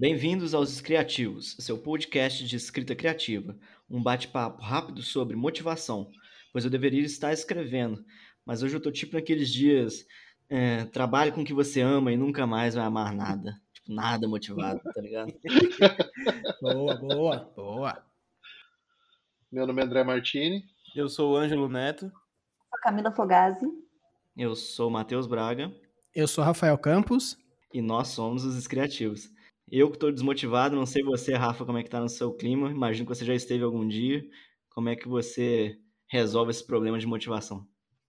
Bem-vindos aos Criativos, seu podcast de escrita criativa, um bate-papo rápido sobre motivação, pois eu deveria estar escrevendo, mas hoje eu tô tipo naqueles dias, trabalhe com o que você ama e nunca mais vai amar nada, tipo, nada motivado, tá ligado? Boa, boa, boa. Meu nome é André Martini. Eu sou o Ângelo Neto. Camila Fogazzi. Eu sou o Matheus Braga. Eu sou Rafael Campos. E nós somos os Criativos. Eu que estou desmotivado, não sei você, Rafa, como é que tá no seu clima, imagino que você já esteve algum dia, como é que você resolve esse problema de motivação?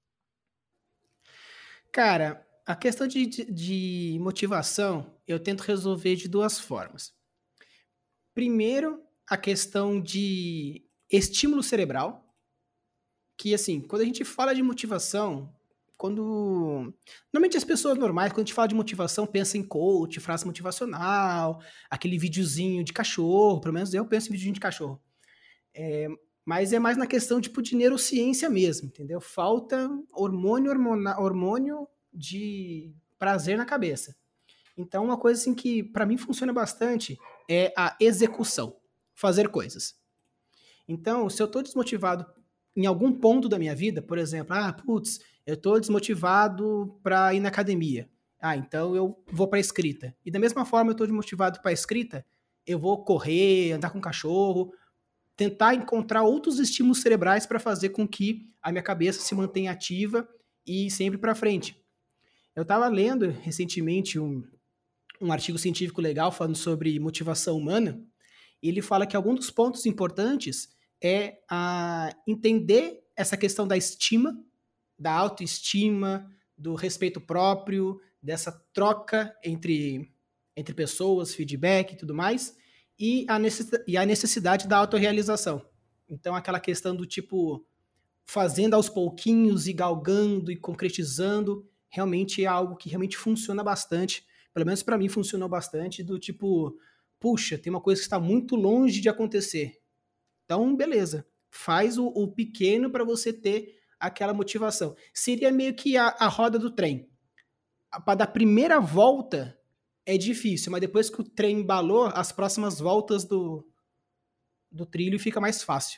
Cara, a questão de motivação eu tento resolver de duas formas. Primeiro, a questão de estímulo cerebral, que assim, quando a gente fala de motivação, normalmente as pessoas normais, quando a gente fala de motivação, pensa em coach, frase motivacional, aquele videozinho de cachorro, pelo menos eu penso em videozinho de cachorro. Mas é mais na questão tipo de neurociência mesmo, entendeu? Falta hormônio de prazer na cabeça. Então, uma coisa assim que para mim funciona bastante é a execução, fazer coisas. Então, se eu estou desmotivado em algum ponto da minha vida, por exemplo, eu estou desmotivado para ir na academia. Então eu vou para a escrita. E da mesma forma eu estou desmotivado para a escrita, eu vou correr, andar com o cachorro, tentar encontrar outros estímulos cerebrais para fazer com que a minha cabeça se mantenha ativa e sempre para frente. Eu estava lendo recentemente um artigo científico legal falando sobre motivação humana, e ele fala que algum dos pontos importantes é entender essa questão da estima, da autoestima, do respeito próprio, dessa troca entre pessoas, feedback e tudo mais, e a necessidade da autorrealização. Então, aquela questão do tipo, fazendo aos pouquinhos e galgando e concretizando, realmente é algo que realmente funciona bastante. Pelo menos para mim funcionou bastante, do tipo, puxa, tem uma coisa que está muito longe de acontecer. Então, beleza, faz o pequeno para você ter aquela motivação. Seria meio que a roda do trem. Para dar a primeira volta é difícil, mas depois que o trem embalou, as próximas voltas do trilho fica mais fácil.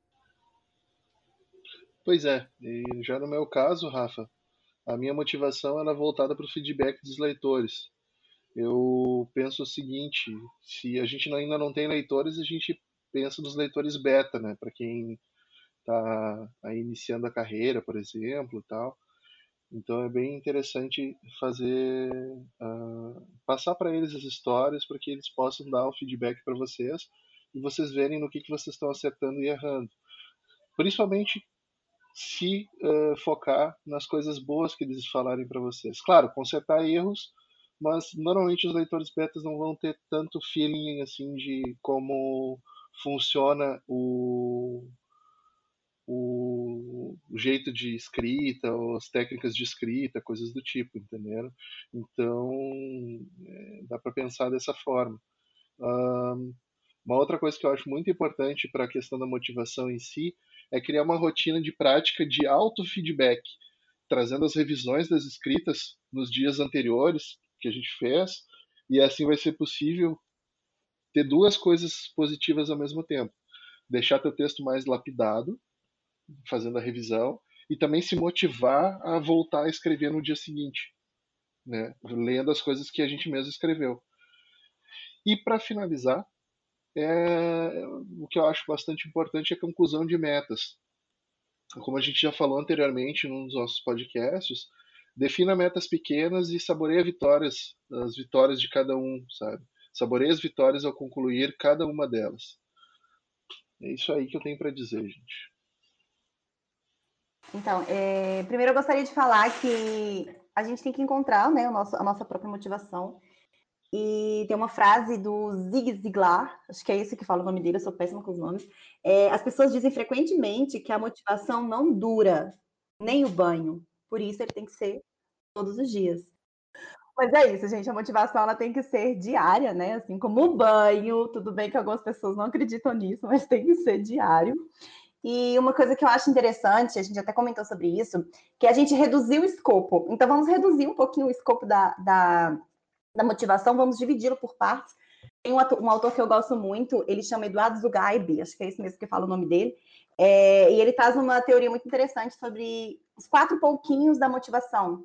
Pois é, e já no meu caso, Rafa, a minha motivação ela é voltada para o feedback dos leitores. Eu penso o seguinte, se a gente ainda não tem leitores, a gente pensa nos leitores beta, né? Para quem está iniciando a carreira, por exemplo, tal. Então é bem interessante fazer, passar para eles as histórias para que eles possam dar o feedback para vocês e vocês verem no que vocês estão acertando e errando. Principalmente se focar nas coisas boas que eles falarem para vocês. Claro, consertar erros, mas normalmente os leitores betas não vão ter tanto feeling assim de como funciona o jeito de escrita, ou as técnicas de escrita, coisas do tipo, entendeu? Então, dá para pensar dessa forma. Uma outra coisa que eu acho muito importante para a questão da motivação em si é criar uma rotina de prática de auto-feedback, trazendo as revisões das escritas nos dias anteriores que a gente fez, e assim vai ser possível ter duas coisas positivas ao mesmo tempo. Deixar teu texto mais lapidado, fazendo a revisão, e também se motivar a voltar a escrever no dia seguinte, né? Lendo as coisas que a gente mesmo escreveu. E para finalizar, o que eu acho bastante importante é a conclusão de metas. Como a gente já falou anteriormente num dos nossos podcasts, defina metas pequenas e saboreia as vitórias de cada um, sabe? Saboreia as vitórias ao concluir cada uma delas. É isso aí que eu tenho para dizer, gente. Então, primeiro eu gostaria de falar que a gente tem que encontrar, né, a nossa própria motivação. E tem uma frase do Zig Ziglar, acho que é esse que fala o nome dele, eu sou péssima com os nomes. As pessoas dizem frequentemente que a motivação não dura nem o banho, por isso ele tem que ser todos os dias. Mas é isso, gente, a motivação ela tem que ser diária, né? Assim como o banho, tudo bem que algumas pessoas não acreditam nisso, mas tem que ser diário. E uma coisa que eu acho interessante, a gente até comentou sobre isso, que a gente reduziu o escopo. Então, vamos reduzir um pouquinho o escopo da motivação, vamos dividi-lo por partes. Tem um autor que eu gosto muito, ele chama Eduardo Zugaib, acho que é esse mesmo que fala o nome dele, e ele traz uma teoria muito interessante sobre os 4 pouquinhos da motivação.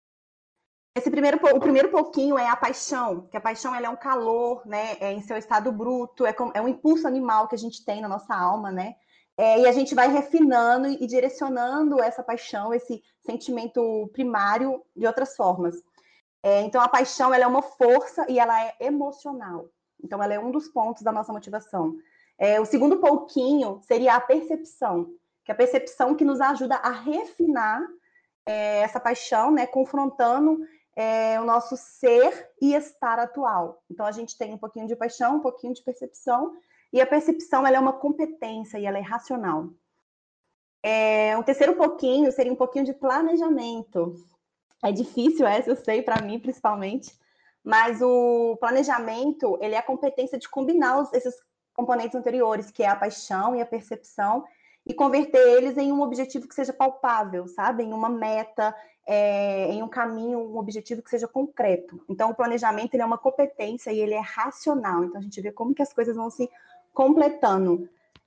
O primeiro pouquinho é a paixão, que a paixão ela é um calor, né, em seu estado bruto, é um impulso animal que a gente tem na nossa alma, né, e a gente vai refinando e direcionando essa paixão, esse sentimento primário de outras formas. Então, a paixão ela é uma força e ela é emocional. Então, ela é um dos pontos da nossa motivação. O segundo pouquinho seria a percepção, que é a percepção que nos ajuda a refinar essa paixão, né, confrontando o nosso ser e estar atual. Então, a gente tem um pouquinho de paixão, um pouquinho de percepção, e a percepção ela é uma competência e ela é racional. O terceiro pouquinho seria um pouquinho de planejamento. É difícil essa, eu sei, para mim principalmente, mas o planejamento, ele é a competência de combinar esses componentes anteriores, que é a paixão e a percepção, e converter eles em um objetivo que seja palpável, sabe? Em uma meta, em um caminho, um objetivo que seja concreto. Então, o planejamento, ele é uma competência e ele é racional. Então, a gente vê como que as coisas vão se completando.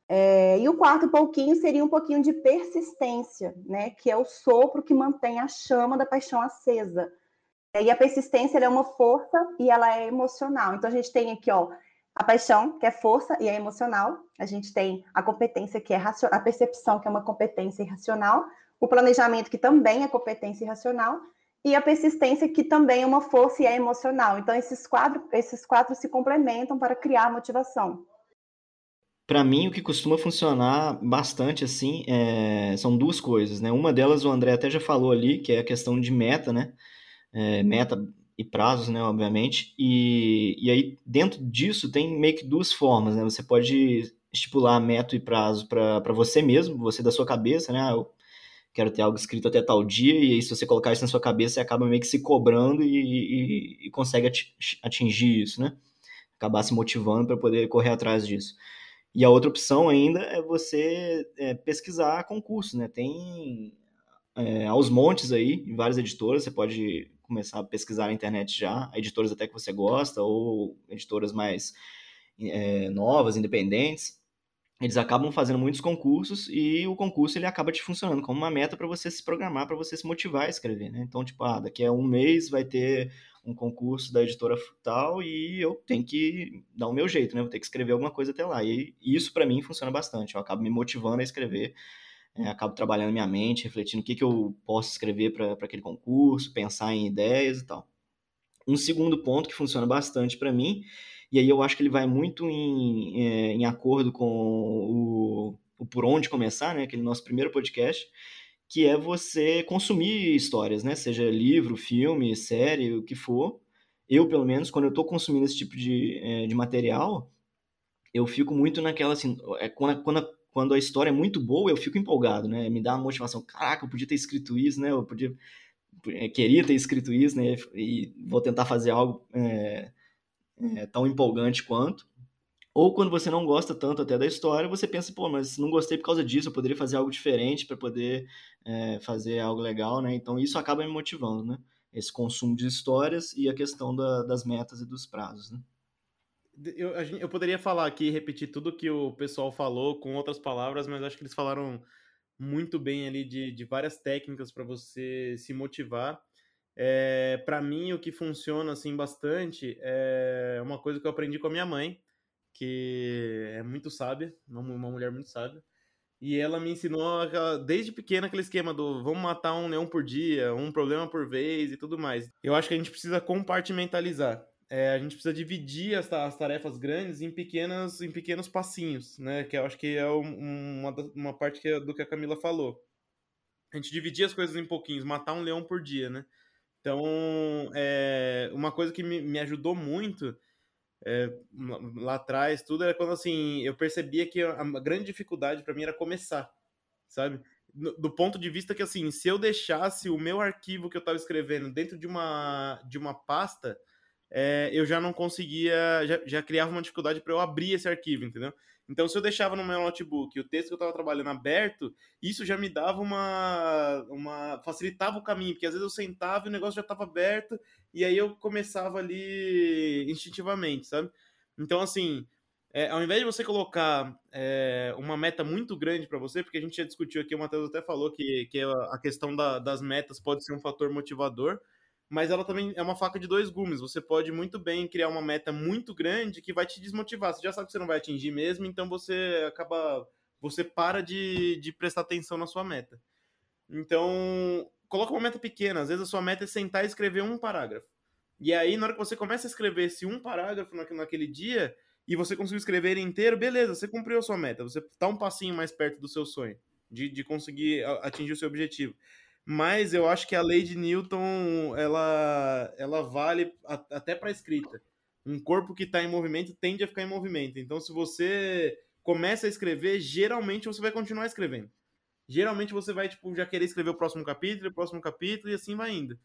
E o quarto pouquinho seria um pouquinho de persistência, né? Que é o sopro que mantém a chama da paixão acesa. E a persistência ela é uma força e ela é emocional. Então a gente tem aqui, ó, a paixão, que é força e é emocional. A gente tem a competência, que é a percepção, que é uma competência irracional. O planejamento, que também é competência irracional. E a persistência, que também é uma força e é emocional. Então esses quatro se complementam para criar a motivação. Para mim, o que costuma funcionar bastante assim são duas coisas, né? Uma delas o André até já falou ali, que é a questão de meta, né? Meta e prazos, né? Obviamente. E aí, dentro disso, tem meio que duas formas, né? Você pode estipular meta e prazo para você mesmo, você da sua cabeça, né? Eu quero ter algo escrito até tal dia, e aí se você colocar isso na sua cabeça, você acaba meio que se cobrando e consegue atingir isso, né? Acabar se motivando para poder correr atrás disso. E a outra opção ainda é você pesquisar concurso, né? Tem aos montes aí, em várias editoras, você pode começar a pesquisar na internet já, editoras até que você gosta, ou editoras mais novas, independentes. Eles acabam fazendo muitos concursos e o concurso ele acaba te funcionando como uma meta para você se programar, para você se motivar a escrever, né? Então, tipo, daqui a um mês vai ter um concurso da editora tal e eu tenho que dar o meu jeito, né? Vou ter que escrever alguma coisa até lá. E isso para mim funciona bastante. Eu acabo me motivando a escrever, acabo trabalhando minha mente, refletindo o que eu posso escrever para aquele concurso, pensar em ideias e tal. Um segundo ponto que funciona bastante para mim, e aí eu acho que ele vai muito em acordo com o Por Onde Começar, né? Aquele nosso primeiro podcast, que é você consumir histórias, né? Seja livro, filme, série, o que for. Eu, pelo menos, quando eu estou consumindo esse tipo de material, eu fico muito naquela, assim, quando a história é muito boa, eu fico empolgado, né? Me dá uma motivação. Caraca, eu podia ter escrito isso, né? Queria ter escrito isso, né? E vou tentar fazer algo tão empolgante quanto. Ou quando você não gosta tanto até da história, você pensa, pô, mas não gostei por causa disso, eu poderia fazer algo diferente para poder fazer algo legal, né? Então isso acaba me motivando, né? Esse consumo de histórias e a questão das metas e dos prazos, né? Eu poderia falar aqui, repetir tudo que o pessoal falou com outras palavras, mas acho que eles falaram muito bem ali de várias técnicas para você se motivar. Para mim, o que funciona assim bastante é uma coisa que eu aprendi com a minha mãe, que é muito sábia, uma mulher muito sábia. E ela me ensinou desde pequena aquele esquema do vamos matar um leão por dia, um problema por vez e tudo mais. Eu acho que a gente precisa compartimentalizar. A gente precisa dividir as tarefas grandes em pequenos passinhos, né? Que eu acho que é uma parte do que a Camila falou. A gente dividir as coisas em pouquinhos, matar um leão por dia, né? Então, uma coisa que me ajudou muito lá atrás, tudo era quando, assim, eu percebia que a grande dificuldade para mim era começar, sabe? Do ponto de vista que, assim, se eu deixasse o meu arquivo que eu estava escrevendo dentro de uma pasta, eu já não conseguia, já criava uma dificuldade para eu abrir esse arquivo, entendeu? Então, se eu deixava no meu notebook o texto que eu estava trabalhando aberto, isso já me dava facilitava o caminho, porque às vezes eu sentava e o negócio já estava aberto, e aí eu começava ali instintivamente, sabe? Então, assim, ao invés de você colocar uma meta muito grande para você, porque a gente já discutiu aqui, o Matheus até falou que a questão das metas pode ser um fator motivador, mas ela também é uma faca de dois gumes. Você pode muito bem criar uma meta muito grande que vai te desmotivar. Você já sabe que você não vai atingir mesmo, então você para de prestar atenção na sua meta. Então, coloca uma meta pequena. Às vezes a sua meta é sentar e escrever um parágrafo. E aí, na hora que você começa a escrever esse um parágrafo naquele dia, e você conseguiu escrever ele inteiro, beleza, você cumpriu a sua meta. Você tá um passinho mais perto do seu sonho, de conseguir atingir o seu objetivo. Mas eu acho que a lei de Newton, ela vale até para escrita. Um corpo que está em movimento tende a ficar em movimento. Então, se você começa a escrever, geralmente você vai continuar escrevendo. Geralmente você vai já querer escrever o próximo capítulo, e assim vai indo.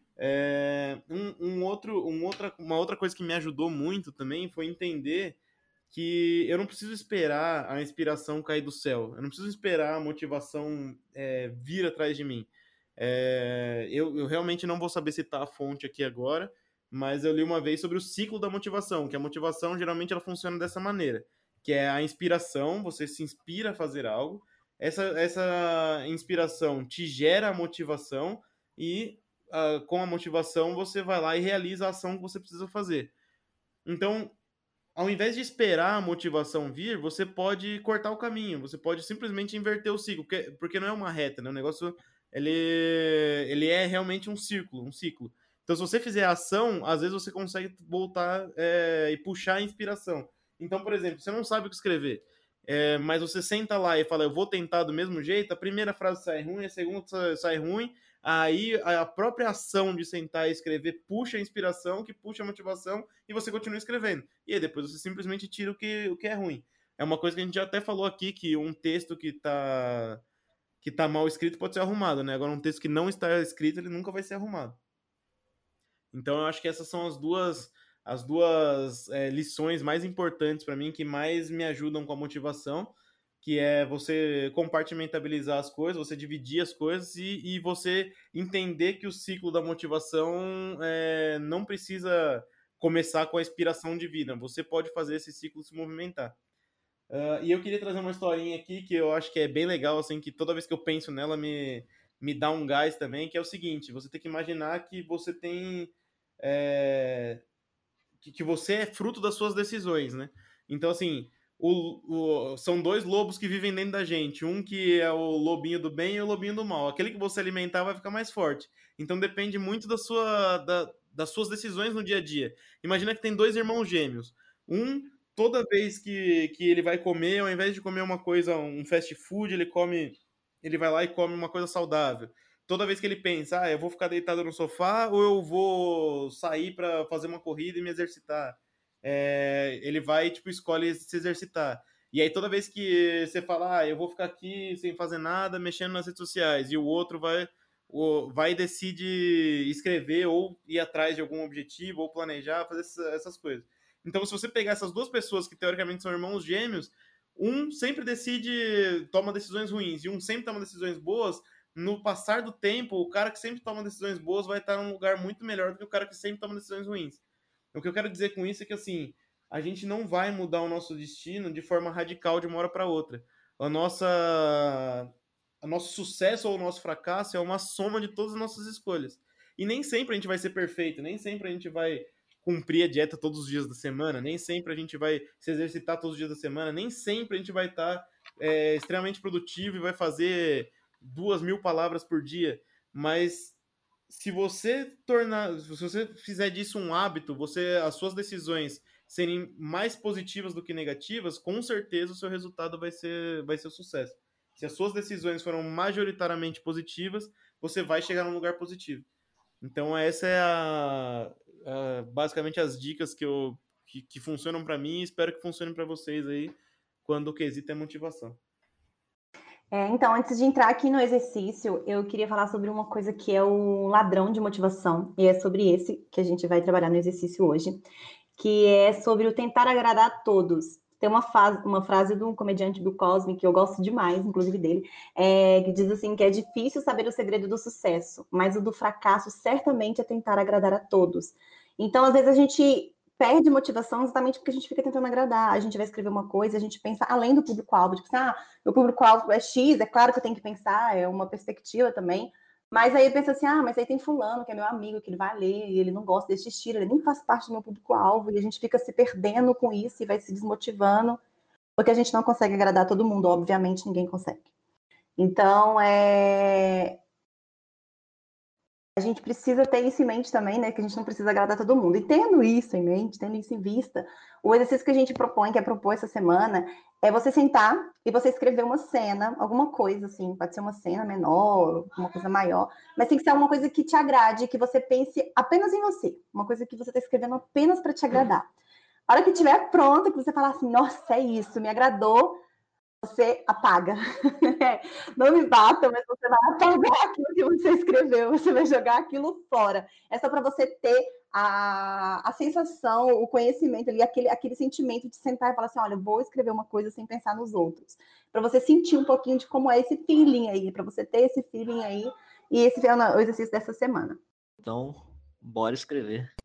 Uma outra coisa que me ajudou muito também foi entender que eu não preciso esperar a inspiração cair do céu. Eu não preciso esperar a motivação vir atrás de mim. Eu realmente não vou saber citar a fonte aqui agora, mas eu li uma vez sobre o ciclo da motivação, que a motivação geralmente ela funciona dessa maneira, que é a inspiração, você se inspira a fazer algo, essa inspiração te gera a motivação e com a motivação você vai lá e realiza a ação que você precisa fazer. Então, ao invés de esperar a motivação vir, você pode cortar o caminho, você pode simplesmente inverter o ciclo, porque não é uma reta, né? O negócio ele é realmente um ciclo. Então, se você fizer a ação, às vezes você consegue voltar e puxar a inspiração. Então, por exemplo, você não sabe o que escrever, mas você senta lá e fala, eu vou tentar do mesmo jeito, a primeira frase sai ruim, a segunda sai ruim, aí a própria ação de sentar e escrever puxa a inspiração, que puxa a motivação, e você continua escrevendo. E aí depois você simplesmente tira o que é ruim. É uma coisa que a gente já até falou aqui, que um texto que tá mal escrito pode ser arrumado, né? Agora um texto que não está escrito, ele nunca vai ser arrumado. Então eu acho que essas são as duas lições mais importantes para mim, que mais me ajudam com a motivação, que é você compartimentalizar as coisas, você dividir as coisas e você entender que o ciclo da motivação não precisa começar com a inspiração divina, você pode fazer esse ciclo se movimentar. E eu queria trazer uma historinha aqui que eu acho que é bem legal, assim, que toda vez que eu penso nela me dá um gás também, que é o seguinte, você tem que imaginar que você tem... que você é fruto das suas decisões, né? Então, assim, são dois lobos que vivem dentro da gente. Um que é o lobinho do bem e o lobinho do mal. Aquele que você alimentar vai ficar mais forte. Então, depende muito das suas decisões no dia a dia. Imagina que tem dois irmãos gêmeos. Toda vez que ele vai comer, ao invés de comer uma coisa, um fast food, ele vai lá e come uma coisa saudável. Toda vez que ele pensa, eu vou ficar deitado no sofá ou eu vou sair para fazer uma corrida e me exercitar, ele vai, escolhe se exercitar. E aí toda vez que você fala, eu vou ficar aqui sem fazer nada, mexendo nas redes sociais, e o outro vai e decide escrever ou ir atrás de algum objetivo ou planejar, fazer essas coisas. Então, se você pegar essas duas pessoas que teoricamente são irmãos gêmeos, um sempre toma decisões ruins e um sempre toma decisões boas, no passar do tempo, o cara que sempre toma decisões boas vai estar num lugar muito melhor do que o cara que sempre toma decisões ruins. O que eu quero dizer com isso é que, assim, a gente não vai mudar o nosso destino de forma radical de uma hora para outra. O nosso sucesso ou o nosso fracasso é uma soma de todas as nossas escolhas. E nem sempre a gente vai ser perfeito, nem sempre a gente vai cumprir a dieta todos os dias da semana, nem sempre a gente vai se exercitar todos os dias da semana, nem sempre a gente vai estar extremamente produtivo e vai fazer 2.000 palavras por dia, mas se você fizer disso um hábito, as suas decisões serem mais positivas do que negativas, com certeza o seu resultado vai ser sucesso. Se as suas decisões foram majoritariamente positivas, você vai chegar num lugar positivo. Então essa é basicamente as dicas que funcionam para mim e espero que funcionem para vocês aí quando o quesito é motivação. Então, antes de entrar aqui no exercício, eu queria falar sobre uma coisa que é o ladrão de motivação, e é sobre esse que a gente vai trabalhar no exercício hoje, que é sobre o tentar agradar a todos. Tem uma frase de um comediante Bill Cosby, que eu gosto demais, inclusive dele, que diz assim, que é difícil saber o segredo do sucesso, mas o do fracasso certamente é tentar agradar a todos. Então, às vezes a gente perde motivação exatamente porque a gente fica tentando agradar. A gente vai escrever uma coisa, a gente pensa além do público-alvo. Tipo assim, meu público-alvo é X, é claro que eu tenho que pensar, é uma perspectiva também. Mas aí pensa assim, mas aí tem fulano, que é meu amigo, que ele vai ler, e ele não gosta desse estilo, ele nem faz parte do meu público-alvo, e a gente fica se perdendo com isso e vai se desmotivando, porque a gente não consegue agradar todo mundo, obviamente ninguém consegue. Então, a gente precisa ter isso em mente também, né? Que a gente não precisa agradar todo mundo. E tendo isso em mente, tendo isso em vista, o exercício que a gente propõe, que é propor essa semana, é você sentar e você escrever uma cena, alguma coisa assim, pode ser uma cena menor, uma coisa maior, mas tem que ser uma coisa que te agrade, que você pense apenas em você, uma coisa que você está escrevendo apenas para te agradar. A hora que estiver pronta, que você falar assim, nossa, é isso, me agradou, você apaga. Não me bata, mas você vai apagar aquilo que você escreveu, você vai jogar aquilo fora. É só para você ter a sensação, o conhecimento ali, aquele sentimento de sentar e falar assim, olha, eu vou escrever uma coisa sem pensar nos outros. Para você sentir um pouquinho de como é esse feeling aí, para você ter esse feeling aí, e esse é o exercício dessa semana. Então, bora escrever.